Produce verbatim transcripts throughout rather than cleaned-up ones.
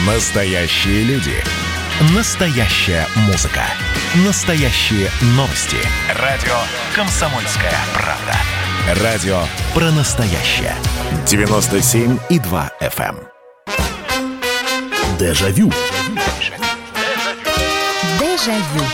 Настоящие люди. Настоящая музыка. Настоящие новости. Радио «Комсомольская правда». Радио про настоящее. девяносто семь и два эф эм. Дежавю. Дежавю.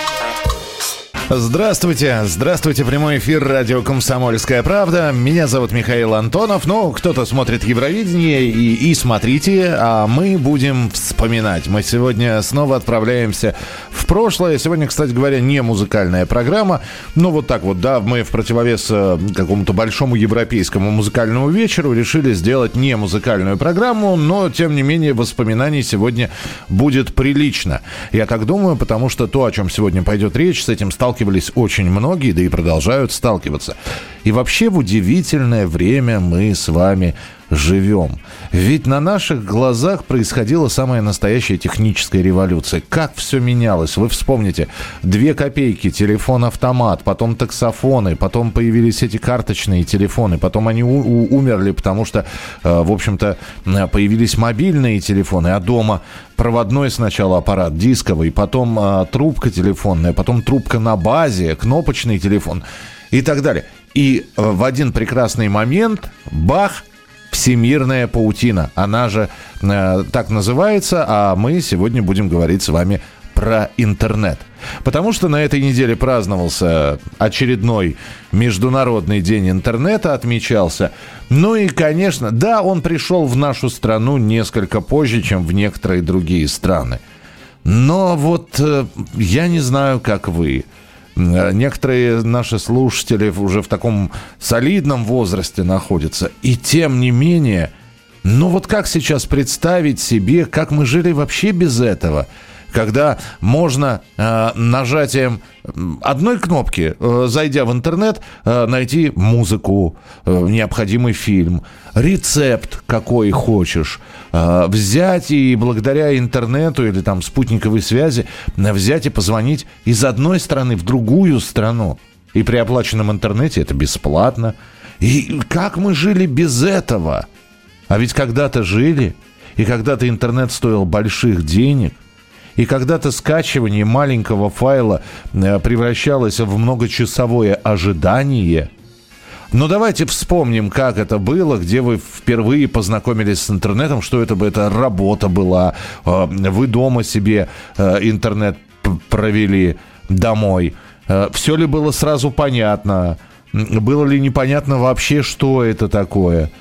Здравствуйте, здравствуйте, прямой эфир радио «Комсомольская правда». Меня зовут Михаил Антонов. Ну, кто-то смотрит Евровидение и, и смотрите, а мы будем вспоминать. Мы сегодня снова отправляемся в прошлое. Сегодня, кстати говоря, не музыкальная программа. Ну, вот так вот, да, мы в противовес какому-то большому европейскому музыкальному вечеру решили сделать не музыкальную программу, но, тем не менее, воспоминаний сегодня будет прилично. Я так думаю, потому что то, о чем сегодня пойдет речь, с этим сталкивались очень многие, да и продолжают сталкиваться. И вообще в удивительное время мы с вами живем. Ведь на наших глазах происходила самая настоящая техническая революция. Как все менялось. Вы вспомните. Две копейки, телефон-автомат, потом таксофоны, потом появились эти карточные телефоны, потом они у- у- умерли, потому что, э, в общем-то, появились мобильные телефоны, а дома проводной сначала аппарат, дисковый, потом э, трубка телефонная, потом трубка на базе, кнопочный телефон и так далее. И э, в один прекрасный момент, бах, всемирная паутина. Она же э, так называется, а мы сегодня будем говорить с вами про интернет. Потому что на этой неделе праздновался очередной Международный день интернета, отмечался. Ну и, конечно, да, он пришел в нашу страну несколько позже, чем в некоторые другие страны. Но вот э, я не знаю, как вы. Некоторые наши слушатели уже в таком солидном возрасте находятся. И тем не менее, ну вот как сейчас представить себе, как мы жили вообще без этого? Когда можно э, нажатием одной кнопки, э, зайдя в интернет, э, найти музыку, э, необходимый фильм, рецепт какой хочешь, э, взять и благодаря интернету или там спутниковой связи э, взять и позвонить из одной страны в другую страну. И при оплаченном интернете это бесплатно. И как мы жили без этого? А ведь когда-то жили, и когда-то интернет стоил больших денег. И когда-то скачивание маленького файла превращалось в многочасовое ожидание. Но давайте вспомним, как это было, где вы впервые познакомились с интернетом, что это бы это работа была, вы дома себе интернет провели домой. Все ли было сразу понятно? Было ли непонятно вообще, что это такое?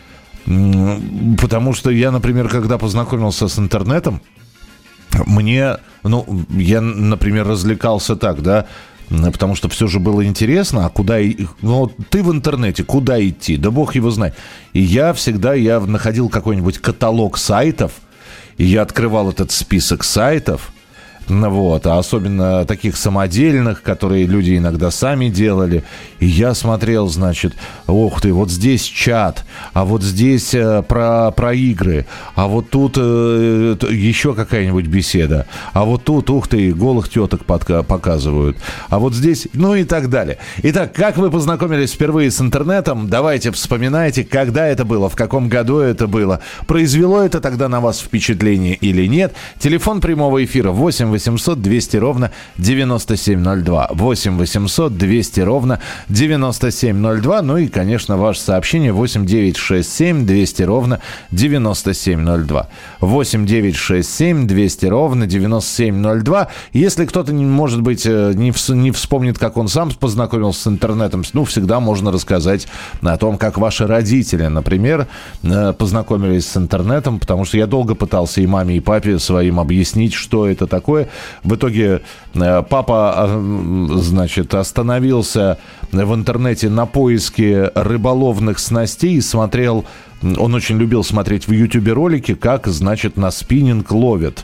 Потому что я, например, когда познакомился с интернетом, мне, ну, я, например, развлекался так, да, потому что все же было интересно, а куда, ну, ты в интернете, куда идти, да бог его знает. И я всегда, я находил какой-нибудь каталог сайтов, и я открывал этот список сайтов, вот, а особенно таких самодельных, которые люди иногда сами делали. И я смотрел, значит, ух ты, вот здесь чат, а вот здесь э, про, про игры, а вот тут э, еще какая-нибудь беседа, а вот тут, ух ты, голых теток подка- показывают, а вот здесь, ну и так далее. Итак, как вы познакомились впервые с интернетом? Давайте вспоминайте, когда это было, в каком году это было. Произвело это тогда на вас впечатление или нет? Телефон прямого эфира восемь восемьсот двести ровно девяносто семь ноль два. восемь восемьсот двести ровно девяносто семь ноль два. Ну и, конечно, ваше сообщение восемь девятьсот шестьдесят семь двести ровно девяносто семь ноль два. восемь девятьсот шестьдесят семь двести ровно девяносто семь ноль два. Если кто-то, может быть, не, вс- не вспомнит, как он сам познакомился с интернетом, ну, всегда можно рассказать о том, как ваши родители, например, познакомились с интернетом, потому что я долго пытался и маме, и папе своим объяснить, что это такое. В итоге папа, значит, остановился в интернете на поиске рыболовных снастей и смотрел, он очень любил смотреть в Ютубе ролики, как, значит, на спиннинг ловят.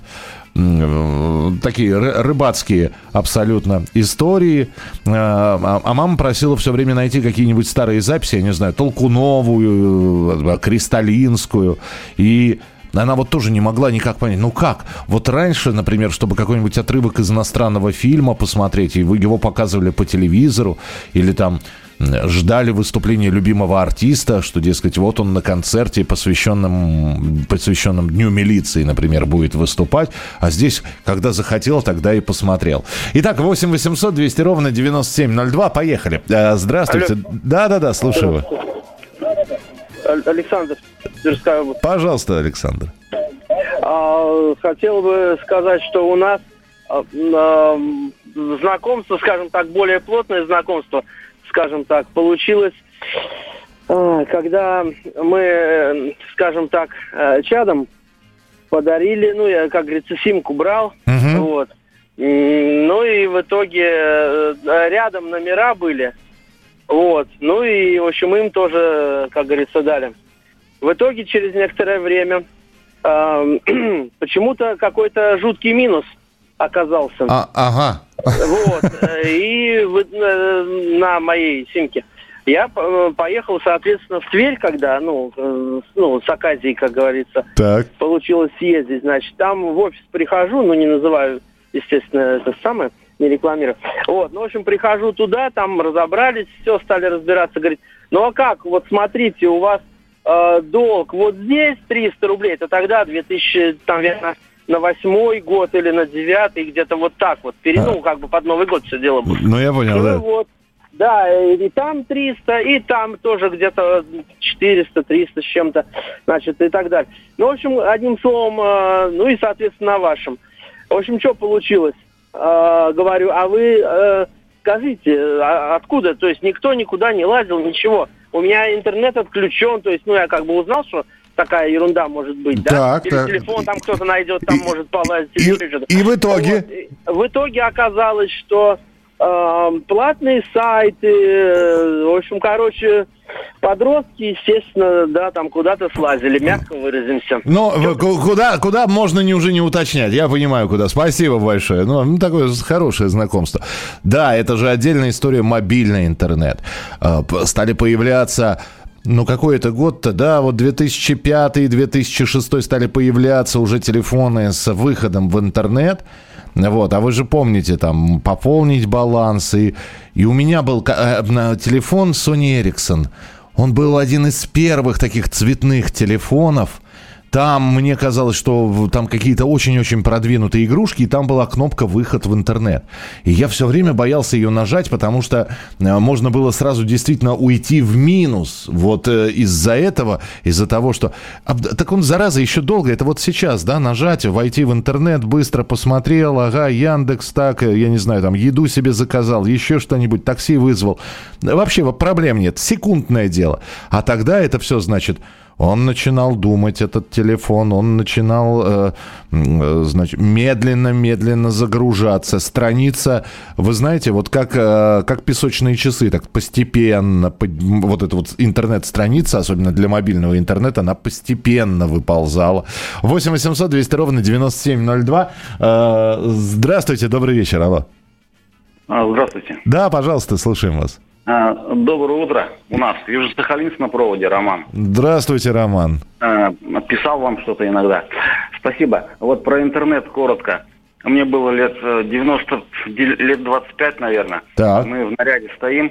Такие рыбацкие абсолютно истории. А мама просила все время найти какие-нибудь старые записи, я не знаю, Толкуновую, Кристалинскую. И она вот тоже не могла никак понять, ну как? Вот раньше, например, чтобы какой-нибудь отрывок из иностранного фильма посмотреть, и вы его показывали по телевизору, или там ждали выступления любимого артиста, что, дескать, вот он на концерте, посвященном, посвященном Дню милиции, например, будет выступать, а здесь, когда захотел, тогда и посмотрел. Итак, восемь восемьсот двести ровно девяносто семь ноль два, поехали. Здравствуйте. Да-да-да, слушаю вас. Александр, Тверская область. Пожалуйста, Александр. Хотел бы сказать, что у нас знакомство, скажем так, более плотное знакомство, скажем так, получилось, когда мы, скажем так, чадом подарили, ну, я, как говорится, симку брал, uh-huh. вот. Ну и в итоге рядом номера были. Вот. Ну и, в общем, им тоже, как говорится, дали. В итоге, через некоторое время э, почему-то какой-то жуткий минус оказался. А, ага. Вот. И э, на моей симке. Я поехал, соответственно, в Тверь, когда, ну, э, ну, с оказией, как говорится, так. получилось съездить. Значит, там в офис прихожу, ну, не называю, естественно, это самое, не рекламирую. Вот, ну, в общем, прихожу туда, там разобрались, все, стали разбираться, говорит, ну, а как, вот смотрите, у вас э, долг вот здесь триста рублей, это тогда две тысячи, там, верно, на восьмой год или на девятый, где-то вот так вот, перенул, а. как бы под Новый год все дело было. Ну, я понял, ну, да. Вот, да, и там триста, и там тоже где-то четыреста, триста с чем-то, значит, и так далее. Ну, в общем, одним словом, э, ну, и, соответственно, на вашем. В общем, что получилось? Uh, говорю, а вы uh, скажите, а откуда? То есть никто никуда не лазил, ничего. У меня интернет отключен, то есть, ну, я как бы узнал, что такая ерунда может быть, да? Так, Или так. телефон там кто-то найдет, там и, может полазить. И, и в итоге? Вот. В итоге оказалось, что э, платные сайты, э, в общем, короче, подростки, естественно, да, там куда-то слазили, мягко выразимся. Но куда, куда можно не, уже не уточнять, я понимаю, куда. Спасибо большое. Ну, ну, такое хорошее знакомство. Да, это же отдельная история, мобильный интернет. Э, стали появляться... Ну, какой это год-то, да, вот две тысячи пятый - две тысячи шестой стали появляться уже телефоны с выходом в интернет. Вот, а вы же помните, там, пополнить баланс. И, и у меня был э, телефон Sony Ericsson. Он был один из первых таких цветных телефонов. Там мне казалось, что там какие-то очень-очень продвинутые игрушки, и там была кнопка «Выход в интернет». И я все время боялся ее нажать, потому что можно было сразу действительно уйти в минус. Вот из-за этого, из-за того, что... Так он, зараза, еще долго, это вот сейчас, да, нажать, войти в интернет, быстро посмотрел, ага, Яндекс, так, я не знаю, там, еду себе заказал, еще что-нибудь, такси вызвал. Вообще проблем нет, секундное дело. А тогда это все, значит... Он начинал думать, этот телефон, он начинал, э, э, значит, медленно-медленно загружаться. Страница, вы знаете, вот как, э, как песочные часы, так постепенно, под, вот эта вот интернет-страница, особенно для мобильного интернета, она постепенно выползала. восемь восемьсот двести ровно девяносто семь ноль два. Э, здравствуйте, добрый вечер, алло. Здравствуйте. Да, пожалуйста, слушаем вас. Доброе утро. У нас Южно-Сахалинск на проводе, Роман. Здравствуйте, Роман. Писал вам что-то иногда. Спасибо. Вот про интернет коротко. Мне было лет девяносто, лет двадцать пять, наверное. Так. Мы в наряде стоим,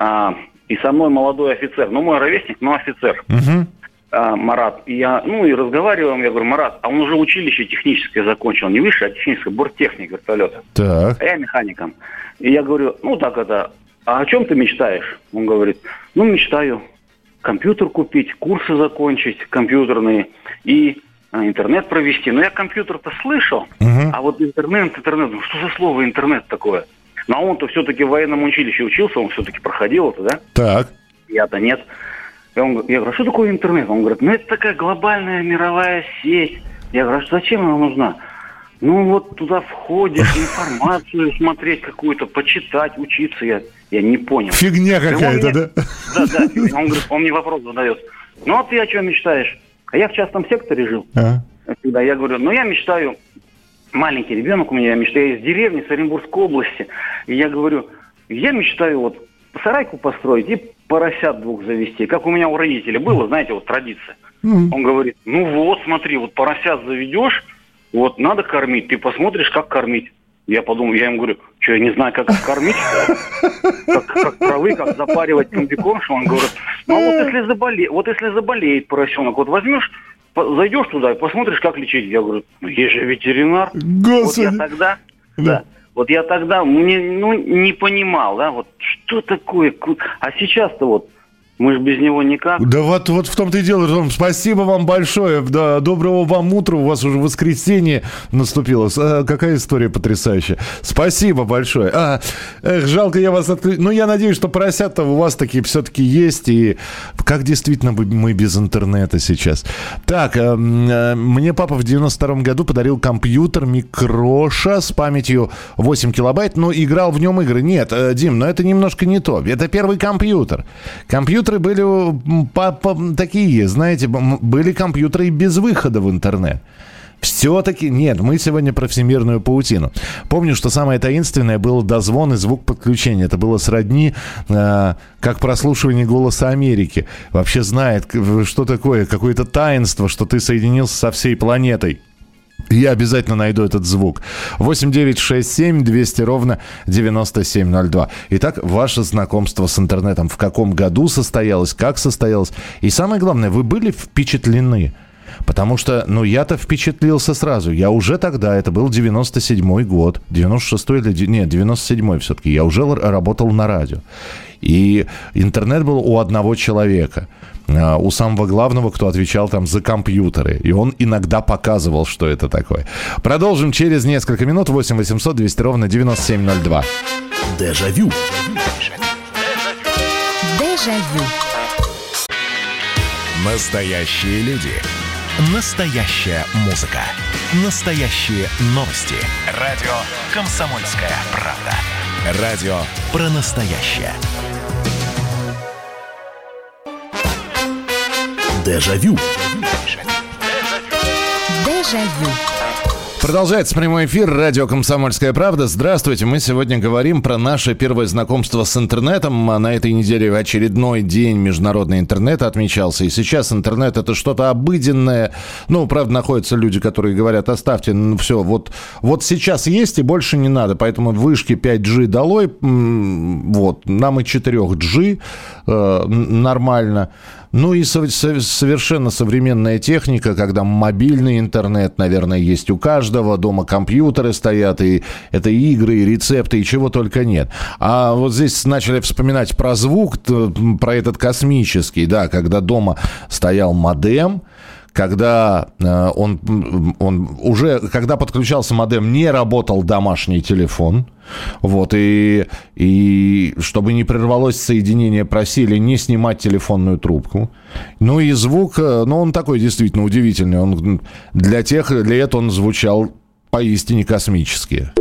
и со мной молодой офицер. Ну, мой ровесник, но офицер. Угу. Марат. И я, ну, и разговариваем, я говорю, Марат, а он уже училище техническое закончил. Не высшее, а техническое, борттехник вертолета. Так. А я механиком. И я говорю, ну, так это... А о чем ты мечтаешь? Он говорит, ну, мечтаю компьютер купить, курсы закончить компьютерные и а, интернет провести. Но я компьютер-то слышал, uh-huh. а вот интернет, интернет, ну, что за слово интернет такое? Но он-то все-таки в военном училище учился, он все-таки проходил это, да? Так. Я-то нет. И он, я говорю, что такое интернет? Он говорит, ну, это такая глобальная мировая сеть. Я говорю, а зачем она нужна? Ну, вот туда входишь, информацию смотреть какую-то, почитать, учиться. Я, я не понял. Фигня какая-то, мне, да? Да, да. Он говорит, он мне вопрос задает. Ну, а ты о чем мечтаешь? А я в частном секторе жил. А? Всегда. Я говорю, ну, я мечтаю, маленький ребенок у меня, я мечтаю, я из деревни, с Оренбургской области. И я говорю, я мечтаю вот сарайку построить и поросят двух завести. Как у меня у родителей было, знаете, вот традиция. Mm-hmm. Он говорит, ну вот, смотри, вот поросят заведешь, вот надо кормить, ты посмотришь, как кормить. Я подумал, я им говорю, что я не знаю, как их кормить, как, как травы, как запаривать комбикорм. Он говорит, ну вот если заболеет, вот если заболеет поросенок, вот возьмешь, зайдешь туда и посмотришь, как лечить. Я говорю, ну есть же ветеринар. Господи. Вот я тогда, да. да, вот я тогда не, ну, не понимал, да, вот что такое. А сейчас-то вот мы же без него никак. Да вот, вот в том-то и дело, Том, спасибо вам большое. Да, доброго вам утра. У вас уже воскресенье наступило. А, какая история потрясающая. Спасибо большое. А, эх, жалко, я вас отключу. Ну, я надеюсь, что поросята у вас такие все-таки есть. И как действительно мы без интернета сейчас. Так, а, а, мне папа в девяносто втором году подарил компьютер Микроша с памятью восемь килобайт. Но играл в нем игры. Нет, Дим, но это немножко не то. Это первый компьютер. Компьютер были по, по, такие, знаете, были компьютеры без выхода в интернет. Все-таки нет, мы сегодня про всемирную паутину. Помню, что самое таинственное был дозвон и звук подключения. Это было сродни, э, как прослушивание «Голоса Америки». Вообще знает, что такое, какое-то таинство, что ты соединился со всей планетой. Я обязательно найду этот звук. восемь девять шесть семь двести ровно девяносто семь ноль два. Итак, ваше знакомство с интернетом. В каком году состоялось, как состоялось? И самое главное, вы были впечатлены? Потому что, ну, я-то впечатлился сразу. Я уже тогда, это был девяносто седьмой год. девяносто шестой или... Нет, девяносто седьмой все-таки. Я уже работал на радио. И интернет был у одного человека. У самого главного, кто отвечал там за компьютеры. И он иногда показывал, что это такое. Продолжим через несколько минут. восемь восемьсот двести ровно девяносто семь ноль два. Дежавю. Дежавю. Настоящие люди. Настоящая музыка. Настоящие новости. Радио «Комсомольская правда». Радио про настоящее. Дежавю. Дежавю. Продолжается прямой эфир. Радио «Комсомольская правда». Здравствуйте. Мы сегодня говорим про наше первое знакомство с интернетом. На этой неделе очередной день международный интернет отмечался. И сейчас интернет — это что-то обыденное. Ну, правда, находятся люди, которые говорят, оставьте, ну все, вот, вот сейчас есть и больше не надо. Поэтому вышки пять джи долой. Вот, нам и четыре джи э, нормально. Ну и со- со- совершенно современная техника, когда мобильный интернет, наверное, есть у каждого, дома компьютеры стоят, и это игры, и рецепты, и чего только нет. А вот здесь начали вспоминать про звук, про этот космический, да, когда дома стоял модем, когда э, он, он уже, когда подключался модем, не работал домашний телефон. Вот, и, и чтобы не прервалось соединение, просили не снимать телефонную трубку. Ну и звук, ну он такой действительно удивительный. Он, для тех лет он звучал поистине космически.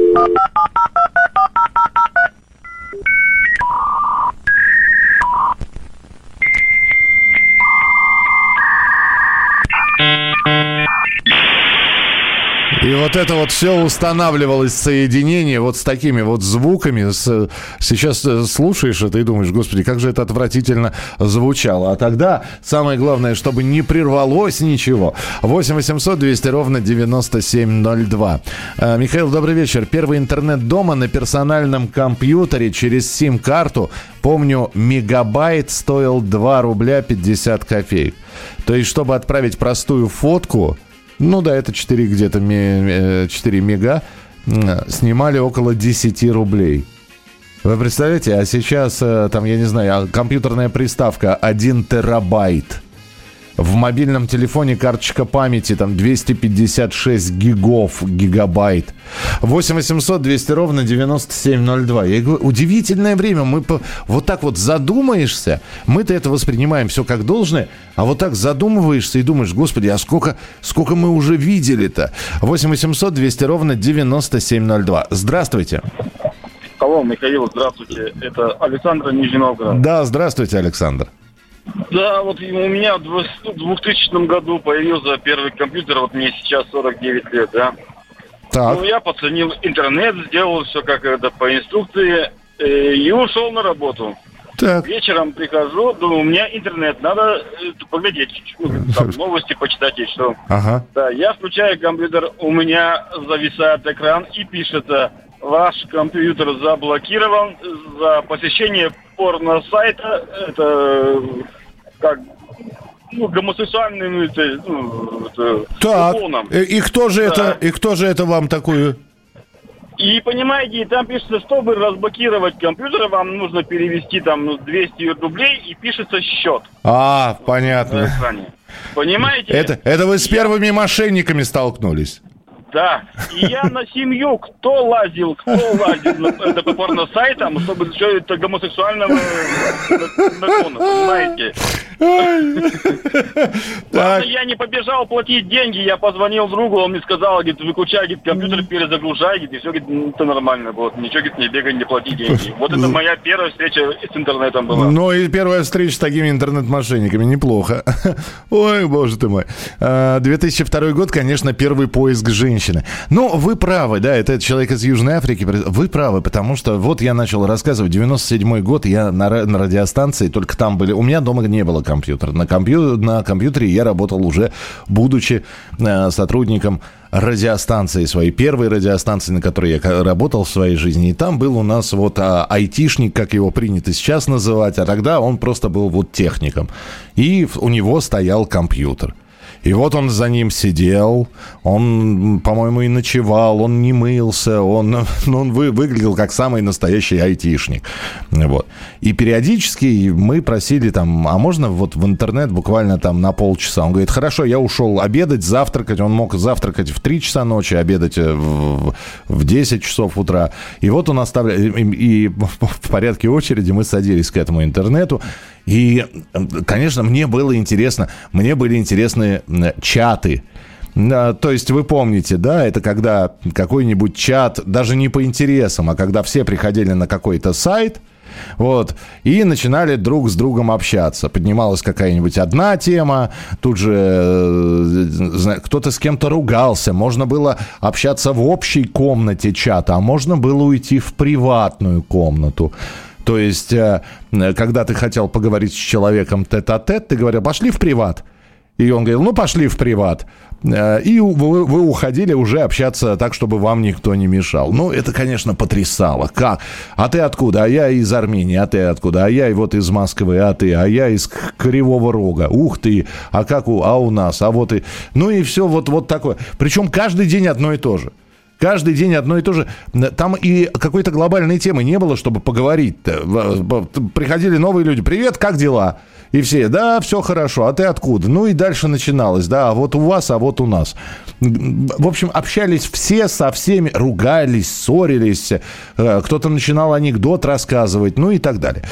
И вот это вот все устанавливалось, соединение вот с такими вот звуками. С... Сейчас слушаешь это и думаешь, господи, как же это отвратительно звучало. А тогда самое главное, чтобы не прервалось ничего. восемь восемьсот двести ровно девяносто семь ноль два. Михаил, добрый вечер. Первый интернет дома на персональном компьютере через сим-карту. Помню, мегабайт стоил два рубля пятьдесят копеек. То есть, чтобы отправить простую фотку... Ну да, это четыре где-то четыре мега, снимали около десять рублей. Вы представляете, а сейчас, там, я не знаю, компьютерная приставка один терабайт. В мобильном телефоне карточка памяти там двести пятьдесят шесть гигов, гигабайт. восемь восемьсот двести ровно девяносто семь ноль два. Я говорю, удивительное время. Мы по... вот так вот задумаешься. Мы-то это воспринимаем все как должное. А вот так задумываешься и думаешь, господи, а сколько, сколько мы уже видели-то? восемь восемьсот двести ровно девяносто семь ноль два. Здравствуйте. Алло, Михаил, здравствуйте. Это Александр, Нижний Новгород. Да, здравствуйте, Александр. Да, вот у меня в двухтысячном году появился первый компьютер, вот мне сейчас сорок девять лет, да. Так. Ну, я поценил интернет, сделал все как это по инструкции э, и ушел на работу. Так. Вечером прихожу, думаю, у меня интернет, надо э, поглядеть, ну, там, новости почитать и что. Ага. Да, я включаю компьютер, у меня зависает экран и пишется ваш компьютер заблокирован за посещение порно-сайта. Это как ну, гомосексуальным это, ну, это, так, уклоном. и, и кто же Да. это, и кто же это вам такую? И понимаете, там пишется, чтобы разблокировать компьютер, вам нужно перевести там ну, двести рублей и пишется счет. А, На понятно. экране. Понимаете? Это, это вы с первыми мошенниками столкнулись? Да. И я на семью, кто лазил, кто лазил на, это, по порно-сайтам, чтобы все это гомосексуального наклона, понимаете? Ладно, я не побежал платить деньги, я позвонил другу, он мне сказал, говорит, выключай, говорит, компьютер, перезагружай, говорит, и все, говорит, ну, это нормально, вот, ничего, говорит, не бегай, не плати деньги. Вот это моя первая встреча с интернетом была. Ну и первая встреча с такими интернет-мошенниками, неплохо. Ой, боже ты мой. две тысячи второй год, конечно, первый поиск женщины. Ну, вы правы, да, это человек из Южной Африки. Вы правы, потому что вот я начал рассказывать, девяносто седьмой год, я на, на радиостанции, только там были, у меня дома не было компьютера. На, компью, на компьютере я работал уже, будучи э, сотрудником радиостанции своей, первой радиостанции, на которой я работал в своей жизни. И там был у нас вот а, айтишник, как его принято сейчас называть, а тогда он просто был вот техником. И у него стоял компьютер. И вот он за ним сидел, он, по-моему, и ночевал, он не мылся, он, ну, он вы, выглядел как самый настоящий айтишник. Вот. И периодически мы просили там, а можно вот в интернет буквально там на полчаса? Он говорит, хорошо, я ушел обедать, завтракать. Он мог завтракать в три часа ночи, обедать в, в десять часов утра. И вот он оставлял, и, и в порядке очереди мы садились к этому интернету. И, конечно, мне было интересно, мне были интересны чаты. То есть вы помните, да, это когда какой-нибудь чат, даже не по интересам, а когда все приходили на какой-то сайт, вот, и начинали друг с другом общаться. Поднималась какая-нибудь одна тема, тут же кто-то с кем-то ругался, можно было общаться в общей комнате чата, а можно было уйти в приватную комнату. То есть, когда ты хотел поговорить с человеком тет-а-тет, ты говорил, пошли в приват. И он говорил, ну, пошли в приват. И вы, вы уходили уже общаться так, чтобы вам никто не мешал. Ну, это, конечно, потрясало. Как? А ты откуда? А я из Армении. А ты откуда? А я вот из Москвы. А ты? А я из Кривого Рога. Ух ты! А как у, а у нас? А вот и... Ну, и все вот, вот такое. Причем каждый день одно и то же. Каждый день одно и то же. Там и какой-то глобальной темы не было, чтобы поговорить-то. Приходили новые люди. Привет, как дела? И все, да, все хорошо. А ты откуда? Ну и дальше начиналось. Да, а вот у вас, а вот у нас. В общем, общались все со всеми, ругались, ссорились. Кто-то начинал анекдот рассказывать, ну и так далее.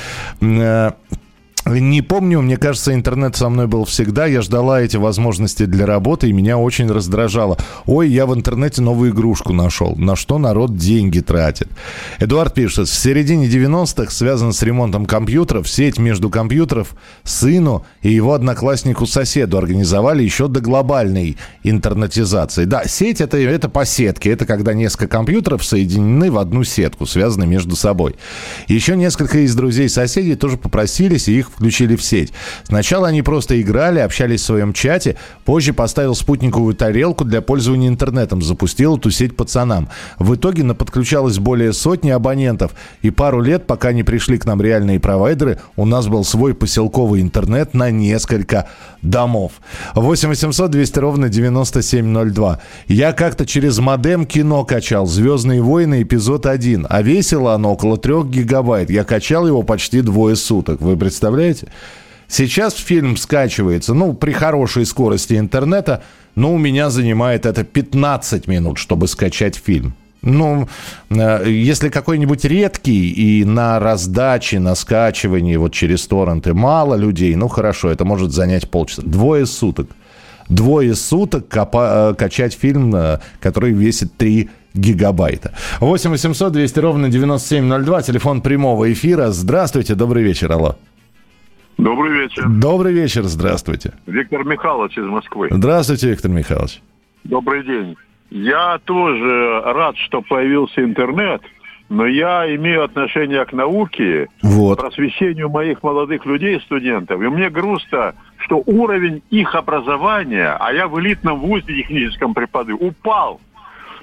Не помню, мне кажется, интернет со мной был всегда. Я ждала эти возможности для работы, и меня очень раздражало. Ой, я в интернете новую игрушку нашел. На что народ деньги тратит? Эдуард пишет, в середине девяностых связан с ремонтом компьютеров. Сеть между компьютеров сыну и его однокласснику-соседу организовали еще до глобальной интернетизации. Да, сеть это, это по сетке. Это когда несколько компьютеров соединены в одну сетку, связаны между собой. Еще несколько из друзей-соседей тоже попросились, и их включили в сеть. Сначала они просто играли, общались в своем чате. Позже поставил спутниковую тарелку для пользования интернетом. Запустил эту сеть пацанам. В итоге наподключалось более сотни абонентов. И пару лет, пока не пришли к нам реальные провайдеры, у нас был свой поселковый интернет на несколько домов. восемь восемьсот двести ровно девяносто семь ноль два. Я как-то через модем кино качал. «Звездные войны» эпизод один. А весило оно около трех гигабайт. Я качал его почти двое суток. Вы представляете? Сейчас фильм скачивается, ну, при хорошей скорости интернета, но у меня занимает это пятнадцать минут, чтобы скачать фильм. Ну, если какой-нибудь редкий и на раздаче, на скачивании вот через торренты мало людей, ну, хорошо, это может занять полчаса. Двое суток. Двое суток копа- качать фильм, который весит три гигабайта. восемь восемьсот двести ровно девяносто семь ноль два, телефон прямого эфира. Здравствуйте, добрый вечер, алло. Добрый вечер. Добрый вечер, здравствуйте. Виктор Михайлович из Москвы. Здравствуйте, Виктор Михайлович. Добрый день. Я тоже рад, что появился интернет, но я имею отношение к науке, вот. К просвещению моих молодых людей, студентов. И мне грустно, что уровень их образования, а я в элитном вузе техническом преподаю, упал.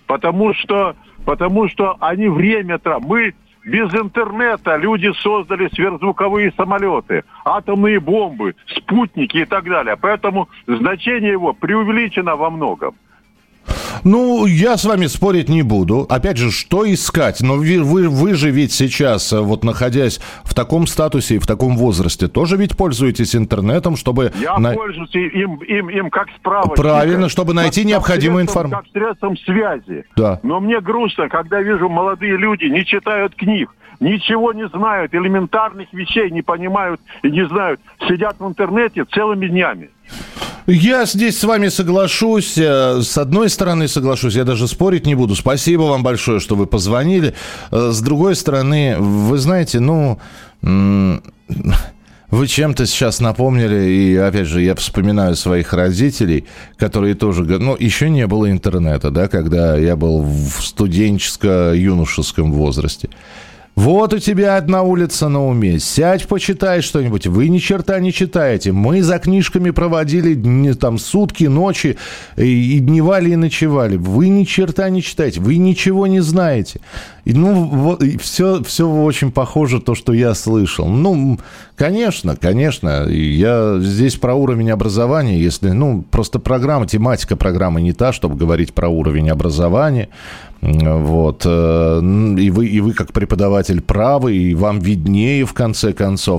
Потому что, потому что они время тратят. Мы без интернета, люди создали сверхзвуковые самолеты, атомные бомбы, спутники и так далее. Поэтому значение его преувеличено во многом. Ну, я с вами спорить не буду. Опять же, что искать? Но вы, вы, вы же ведь сейчас, вот находясь в таком статусе и в таком возрасте, тоже ведь пользуетесь интернетом, чтобы... Я на... пользуюсь им, им, им как справочником. Правильно, чтобы найти как, необходимую информацию. Как средством связи. Да. Но мне грустно, когда вижу, молодые люди не читают книг, ничего не знают, элементарных вещей не понимают и не знают. Сидят в интернете целыми днями. Я здесь с вами соглашусь. С одной стороны соглашусь, я даже спорить не буду. Спасибо вам большое, что вы позвонили. С другой стороны, вы знаете, ну... Вы чем-то сейчас напомнили, и, опять же, я вспоминаю своих родителей, которые тоже... Ну, еще не было интернета, да, когда я был в студенческо-юношеском возрасте. Вот у тебя одна улица на уме. Сядь, почитай что-нибудь. Вы ни черта не читаете. Мы за книжками проводили дни, там, сутки, ночи, и, и дневали, и ночевали. Вы ни черта не читаете. Вы ничего не знаете. И, ну, вот, и все, все очень похоже то, что я слышал. Ну, конечно, конечно. Я здесь про уровень образования, если... Ну, просто программа, тематика программы не та, чтобы говорить про уровень образования. Вот. И вы, и вы как преподаватель правы, и вам виднее в конце концов.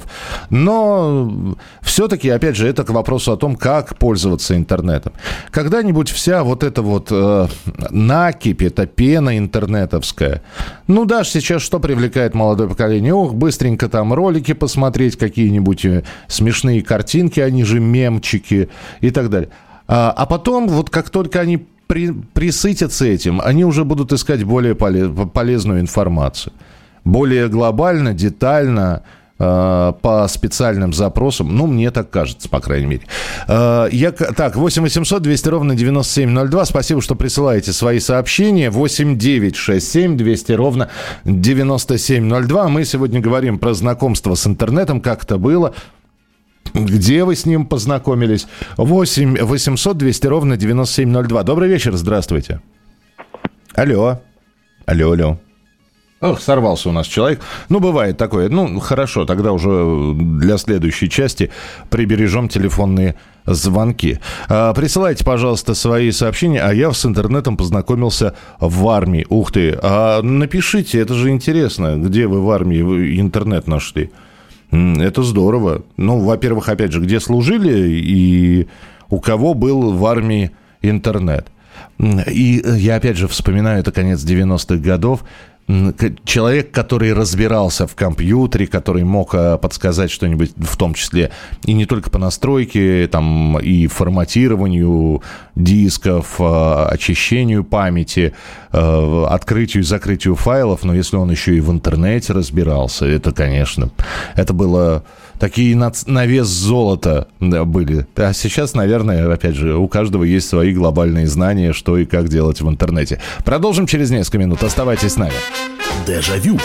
Но все-таки, опять же, это к вопросу о том, как пользоваться интернетом. Когда-нибудь вся вот эта вот э, накипь, эта пена интернетовская, ну да, сейчас что привлекает молодое поколение? Ох, быстренько там ролики посмотреть, какие-нибудь смешные картинки, они же мемчики и так далее. А, а потом, вот как только они При, присытятся этим, они уже будут искать более поле, полезную информацию. Более глобально, детально, э, по специальным запросам. Ну, мне так кажется, по крайней мере. Э, я, так, восемь восемьсот двести ровно девяносто семь ноль два. Спасибо, что присылаете свои сообщения. восемь девять шесть семь двести ровно девяносто семь ноль два. Мы сегодня говорим про знакомство с интернетом, как это было. Где вы с ним познакомились? восемь восемьсот двести ровно девяносто семь ноль два. Добрый вечер, здравствуйте. Алло. Алло, алло. Ох, сорвался у нас человек. Ну, бывает такое. Ну, хорошо, тогда уже для следующей части прибережем телефонные звонки. А, присылайте, пожалуйста, свои сообщения. А я с интернетом познакомился в армии. Ух ты. А напишите, это же интересно. Где вы в армии интернет нашли? Это здорово. Ну, во-первых, опять же, где служили и у кого был в армии интернет. И я, опять же, вспоминаю, это конец девяностых годов. Человек, который разбирался в компьютере, который мог подсказать что-нибудь, в том числе и не только по настройке, там, и форматированию дисков, очищению памяти, открытию и закрытию файлов, но если он еще и в интернете разбирался, это, конечно, это было... Такие на, на вес золота были. А сейчас, наверное, опять же, у каждого есть свои глобальные знания, что и как делать в интернете. Продолжим через несколько минут. Оставайтесь с нами. Дежавю.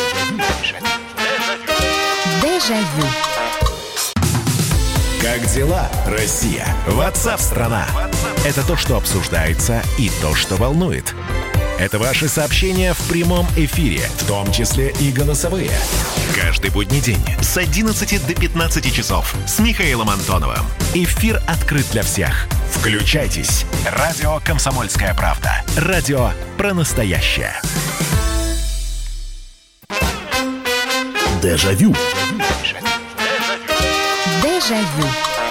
Дежавю. Как дела, Россия? Ватсап-страна! Это то, что обсуждается, и то, что волнует. Это ваши сообщения в прямом эфире, в том числе и голосовые. Каждый будний день с одиннадцати до пятнадцати часов с Михаилом Антоновым. Эфир открыт для всех. Включайтесь. Радио «Комсомольская правда». Радио про настоящее. Дежавю. Дежавю.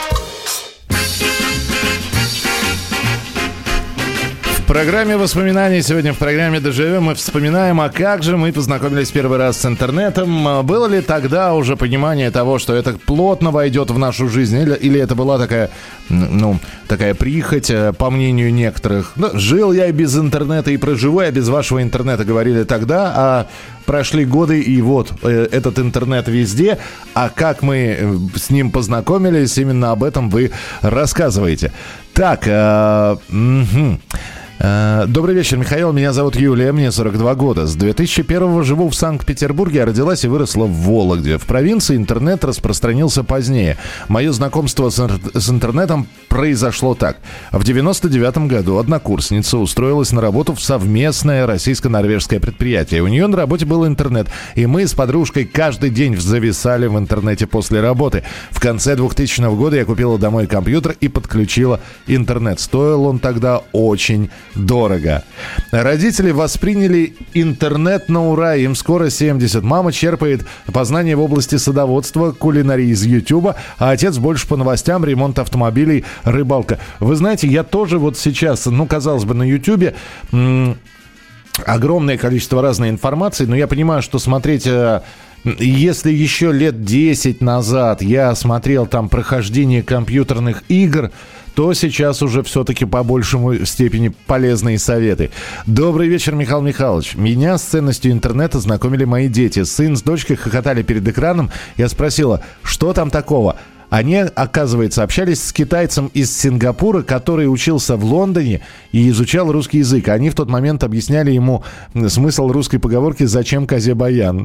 В программе воспоминаний сегодня, в программе «Дежавю» мы вспоминаем, а как же мы познакомились первый раз с интернетом. Было ли тогда уже понимание того, что это плотно войдет в нашу жизнь? Или, или это была такая, ну, такая прихоть, по мнению некоторых? Ну, жил я без интернета и проживу я без вашего интернета, говорили тогда, а прошли годы, и вот э, этот интернет везде. А как мы с ним познакомились, именно об этом вы рассказываете. Так, э, угу. Добрый вечер, Михаил. Меня зовут Юлия, мне сорок два года. С две тысячи первого живу в Санкт-Петербурге, а родилась и выросла в Вологде. В провинции интернет распространился позднее. Мое знакомство с, с интернетом произошло так. В девяносто девятом году однокурсница устроилась на работу в совместное российско-норвежское предприятие. У нее на работе был интернет, и мы с подружкой каждый день зависали в интернете после работы. В конце двухтысячного года я купила домой компьютер и подключила интернет. Стоил он тогда очень дорого. Родители восприняли интернет на ура. Им скоро семьдесят. Мама черпает познания в области садоводства, кулинарии из Ютуба, а отец больше по новостям, ремонт автомобилей, рыбалка. Вы знаете, я тоже вот сейчас, ну, казалось бы, на Ютубе м- огромное количество разной информации, но я понимаю, что смотреть... Если еще лет десять назад я смотрел там прохождение компьютерных игр, то сейчас уже все-таки по большему степени полезные советы. Добрый вечер, Михаил Михайлович. Меня с ценностью интернета знакомили мои дети. Сын с дочкой хохотали перед экраном. Я спросила, что там такого? Они, оказывается, общались с китайцем из Сингапура, который учился в Лондоне и изучал русский язык. Они в тот момент объясняли ему смысл русской поговорки «Зачем козе баян?».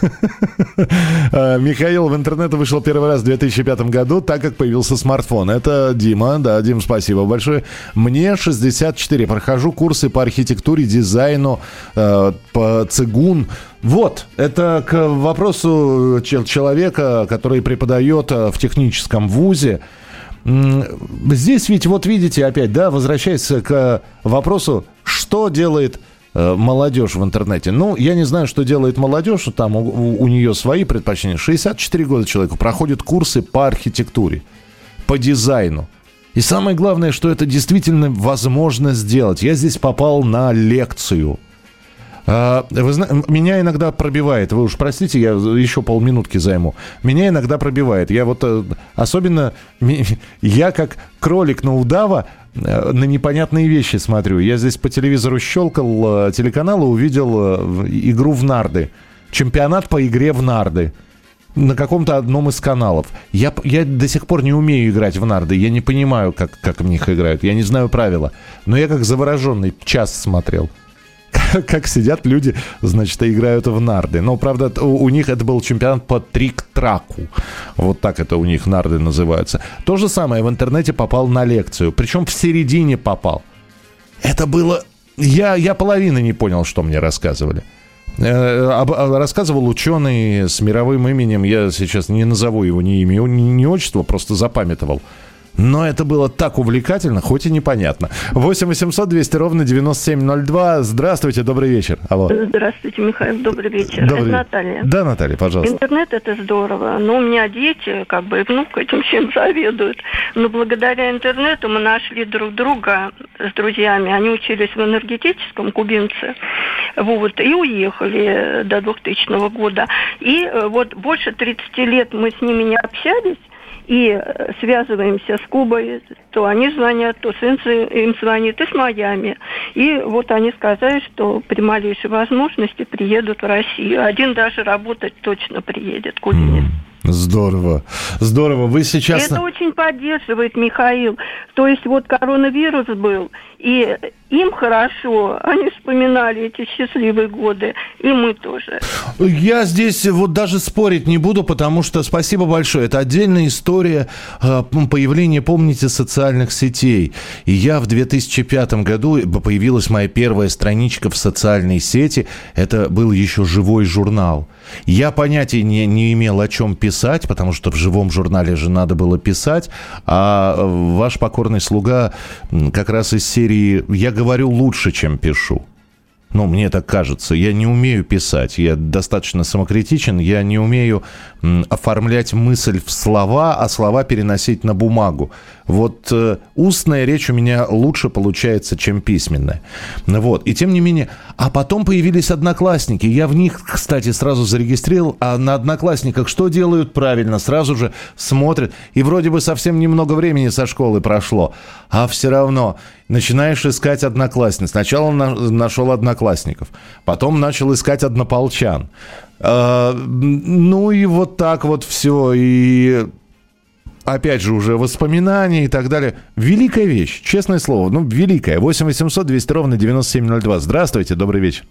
Михаил, в интернет вышел первый раз в две тысячи пятом году, так как появился смартфон. Это Дима. Да, Дим, спасибо большое. Мне шестьдесят четыре. Прохожу курсы по архитектуре, дизайну, по цигун. Вот, это к вопросу человека, который преподает в техническом вузе. Здесь ведь, вот видите, опять, да, возвращаясь к вопросу, что делает молодежь в интернете. Ну, я не знаю, что делает молодежь, там у, у нее свои предпочтения. шестьдесят четыре года человеку проходит курсы по архитектуре, по дизайну. И самое главное, что это действительно возможно сделать. Я здесь попал на лекцию. Вы знаете, меня иногда пробивает, вы уж простите, я еще полминутки займу. Меня иногда пробивает. Я вот особенно, я как кролик на удава на непонятные вещи смотрю. Я здесь по телевизору щелкал телеканал и увидел игру в нарды. Чемпионат по игре в нарды. На каком-то одном из каналов. Я, я до сих пор не умею играть в нарды. Я не понимаю, как, как в них играют. Я не знаю правила. Но я как завороженный час смотрел. Как сидят люди, значит, играют в нарды. Но, правда, у, у них это был чемпионат по трик-траку. Вот так это у них нарды называются. То же самое в интернете попал на лекцию. Причем в середине попал. Это было... Я, я половины не понял, что мне рассказывали. Рассказывал ученый с мировым именем. Я сейчас не назову его ни имя, ни, ни отчество, просто запамятовал. Но это было так увлекательно, хоть и непонятно. восемь восемьсот двести ровно девяносто семь ноль два. Здравствуйте, добрый вечер. Алло. Здравствуйте, Михаил, добрый вечер. Добрый... Это Наталья. Да, Наталья, пожалуйста. Интернет — это здорово. Но у меня дети, как бы, внук этим всем заведуют. Но благодаря интернету мы нашли друг друга с друзьями. Они учились в энергетическом, кубинцы. Вот, и уехали до двухтысячного года. И вот больше тридцати лет мы с ними не общались. И связываемся с Кубой, то они звонят, то сын им звонит, и с Майами. И вот они сказали, что при малейшей возможности приедут в Россию. Один даже работать точно приедет, кубинец. Здорово, здорово. Вы сейчас... Это очень поддерживает Михаил. То есть вот коронавирус был, и им хорошо, они вспоминали эти счастливые годы, и мы тоже. Я здесь вот даже спорить не буду, потому что спасибо большое. Это отдельная история появления, помните, социальных сетей. И я в две тысячи пятом году, появилась моя первая страничка в социальной сети. Это был еще живой журнал. Я понятия не, не имел, о чем писать, потому что в живом журнале же надо было писать. А ваш покорный слуга как раз из серии «Я говорю лучше, чем пишу». Ну, мне так кажется. Я не умею писать. Я достаточно самокритичен. Я не умею м, оформлять мысль в слова, а слова переносить на бумагу. Вот э, устная речь у меня лучше получается, чем письменная. Вот. И тем не менее... А потом появились Одноклассники. Я в них, кстати, сразу зарегистрировал. А на Одноклассниках что делают правильно? Сразу же смотрят. И вроде бы совсем немного времени со школы прошло. А все равно... Начинаешь искать одноклассниц. Сначала на, нашел одноклассников. Потом начал искать однополчан. Э, ну и вот так вот все. И опять же, уже воспоминания и так далее. Великая вещь, честное слово, ну, великая. восемь восемьсот двести ровно девяносто семь ноль два. Здравствуйте, добрый вечер.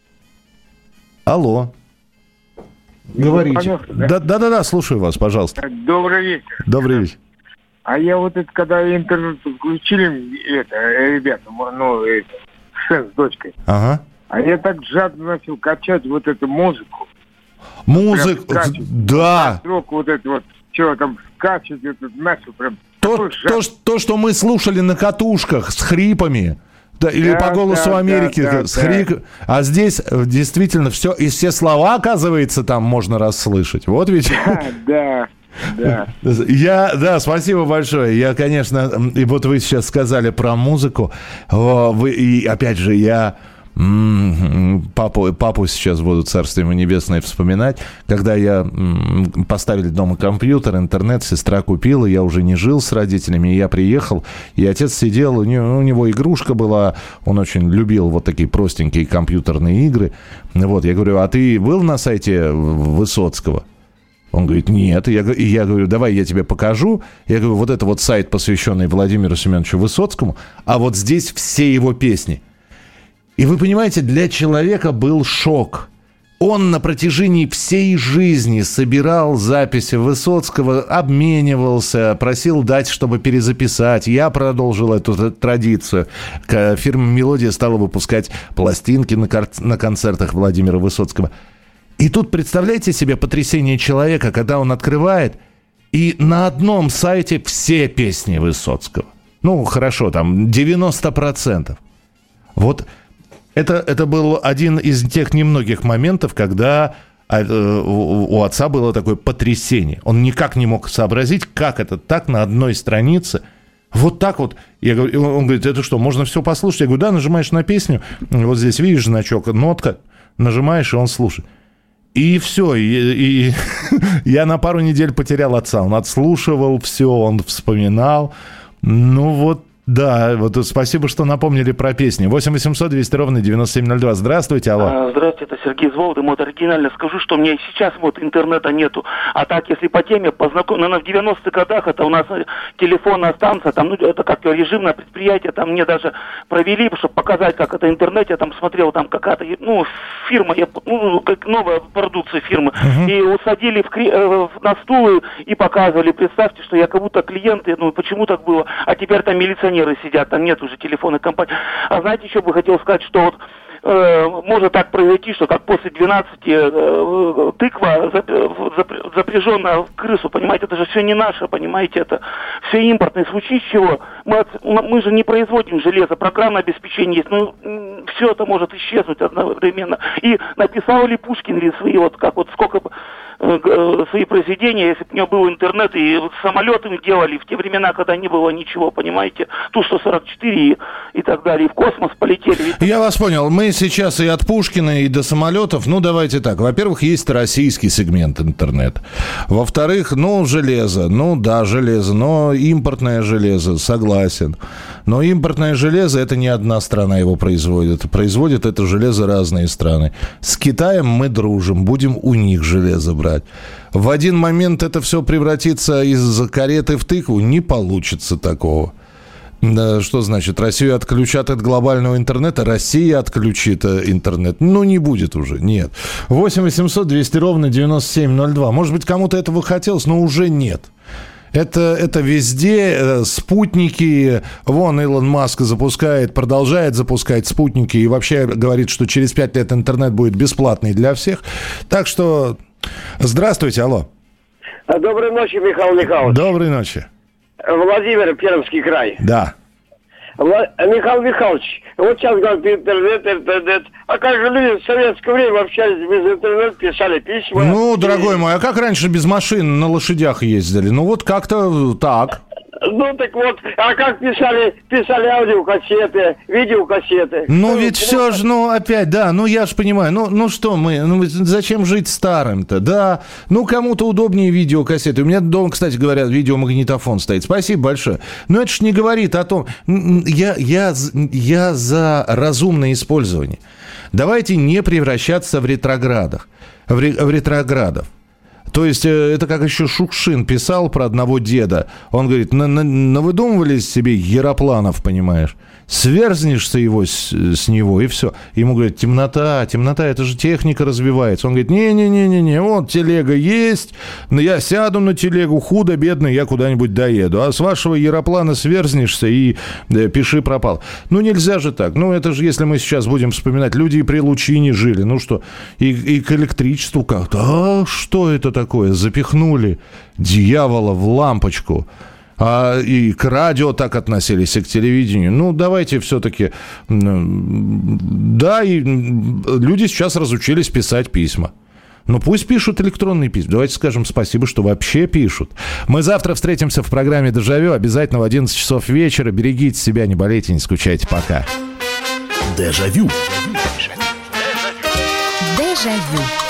Алло. Говорите. Да-да-да, слушаю вас, пожалуйста. Добрый вечер. Добрый вечер. А я вот это, когда интернет включили, это, ребята, ну, это, сын с дочкой. Ага. А я так жадно начал качать вот эту музыку. Музыку, да. Срок вот это вот, что там скачет, это начал прям... То, то, то, что мы слушали на катушках с хрипами, да, или да, по «Голосу да, Америки», да, с да, хрип... да. А здесь действительно все, и все слова, оказывается, там можно расслышать. Вот ведь... Да, да. Я, да, спасибо большое. Я, конечно, и вот вы сейчас сказали про музыку. Вы, и опять же, я папу, папу сейчас буду, царство ему небесное, вспоминать. Когда я поставили дома компьютер, интернет, сестра купила, я уже не жил с родителями, я приехал, и отец сидел, у него, у него игрушка была, он очень любил вот такие простенькие компьютерные игры. Вот, я говорю, а ты был на сайте Высоцкого? Он говорит, нет. И я, и я говорю, давай я тебе покажу. Я говорю, вот это вот сайт, посвященный Владимиру Семеновичу Высоцкому, а вот здесь все его песни. И вы понимаете, для человека был шок. Он на протяжении всей жизни собирал записи Высоцкого, обменивался, просил дать, чтобы перезаписать. Я продолжил эту традицию. Фирма «Мелодия» стала выпускать пластинки на, кар- на концертах Владимира Высоцкого. И тут представляете себе потрясение человека, когда он открывает, и на одном сайте все песни Высоцкого. Ну, хорошо, там девяносто процентов. Вот это, это был один из тех немногих моментов, когда э, у, у отца было такое потрясение. Он никак не мог сообразить, как это так на одной странице. Вот так вот. Я говорю, он говорит, это что, можно все послушать? Я говорю, да, нажимаешь на песню, вот здесь видишь значок, нотка, нажимаешь, и он слушает. И все, и, и я на пару недель потерял отца. Он отслушивал все, он вспоминал. Ну вот, да, вот спасибо, что напомнили про песни. восемь восемьсот двести ровно девяносто семь ноль два. Здравствуйте, алло. Здравствуйте, это Сергей из Волги. Вот оригинально скажу, что у меня и сейчас вот интернета нету. А так, если по теме познакомиться, в девяностых годах это у нас телефонная станция, там, ну, это как режимное предприятие, там мне даже провели, чтобы показать, как это интернет, я там смотрел, там какая-то, ну, фирма, я, ну, как новая продукция фирмы, uh-huh. и усадили в, э, на стул и показывали, представьте, что я как будто клиенты, ну, почему так было, а теперь там милиционеры сидят, там нет уже телефонной компании. А знаете, еще бы хотел сказать, что вот э, может так произойти, что как после двенадцати э, тыква запряженная в крысу, понимаете, это же все не наше, понимаете, это все импортное. В случае чего мы, от, мы же не производим железо, программное обеспечение есть, ну все это может исчезнуть одновременно. И написал ли Пушкин ли свои, вот как вот сколько свои произведения, если бы у него был интернет, и самолеты делали в те времена, когда не было ничего, понимаете, Ту сто сорок четыре и, и так далее, и в космос полетели. Я вас понял, мы сейчас и от Пушкина, и до самолетов, ну давайте так, во-первых, есть российский сегмент интернета, во-вторых, ну железо, ну да, железо, но импортное железо, согласен, но импортное железо, это не одна страна его производит, производит это железо разные страны. С Китаем мы дружим, будем у них железо брать. В один момент это все превратится из кареты в тыкву. Не получится такого. Да, что значит? Россию отключат от глобального интернета, Россия отключит интернет. Ну, не будет уже, нет. восемь восемьсот двести ровно девяносто семь ноль два. Может быть, кому-то этого хотелось, но уже нет. Это, это везде спутники. Вон Илон Маск запускает, продолжает запускать спутники и вообще говорит, что через пять лет интернет будет бесплатный для всех. Так что здравствуйте, алло. Доброй ночи, Михаил Михайлович. Доброй ночи. Владимир, Пермский край. Да. Вла... Михаил Михайлович, вот сейчас говорят интернет, интернет. А как же люди в советское время общались без интернета, писали письма? Ну, дорогой мой, а как раньше без машин на лошадях ездили? Ну, вот как-то так. Ну, так вот, а как писали, писали аудиокассеты, видеокассеты? Ну, ну ведь ну, все же, ну, опять, да, ну, я же понимаю, ну, ну что мы, ну, зачем жить старым-то, да, ну, кому-то удобнее видеокассеты. У меня дома, кстати говоря, видеомагнитофон стоит, спасибо большое. Но это ж не говорит о том, я, я, я за разумное использование. Давайте не превращаться в ретроградах, в, ре, в ретроградов. То есть это как еще Шукшин писал про одного деда. Он говорит, навыдумывали себе яропланов, понимаешь? Сверзнешься его с, с него, и все. Ему говорят, темнота, темнота, это же техника развивается. Он говорит, не-не-не-не, вот телега есть, но я сяду на телегу, худо-бедно, я куда-нибудь доеду. А с вашего яроплана сверзнешься и да, пиши пропал. Ну, нельзя же так. Ну, это же, если мы сейчас будем вспоминать, люди и при лучине жили. Ну что, и, и к электричеству как-то. А что это такое? Запихнули дьявола в лампочку. А и к радио так относились, и к телевидению. Ну, давайте все-таки... Да, и люди сейчас разучились писать письма. Ну, пусть пишут электронные письма. Давайте скажем спасибо, что вообще пишут. Мы завтра встретимся в программе «Дежавю». Обязательно в одиннадцать часов вечера. Берегите себя, не болейте, не скучайте. Пока. Дежавю. Дежавю.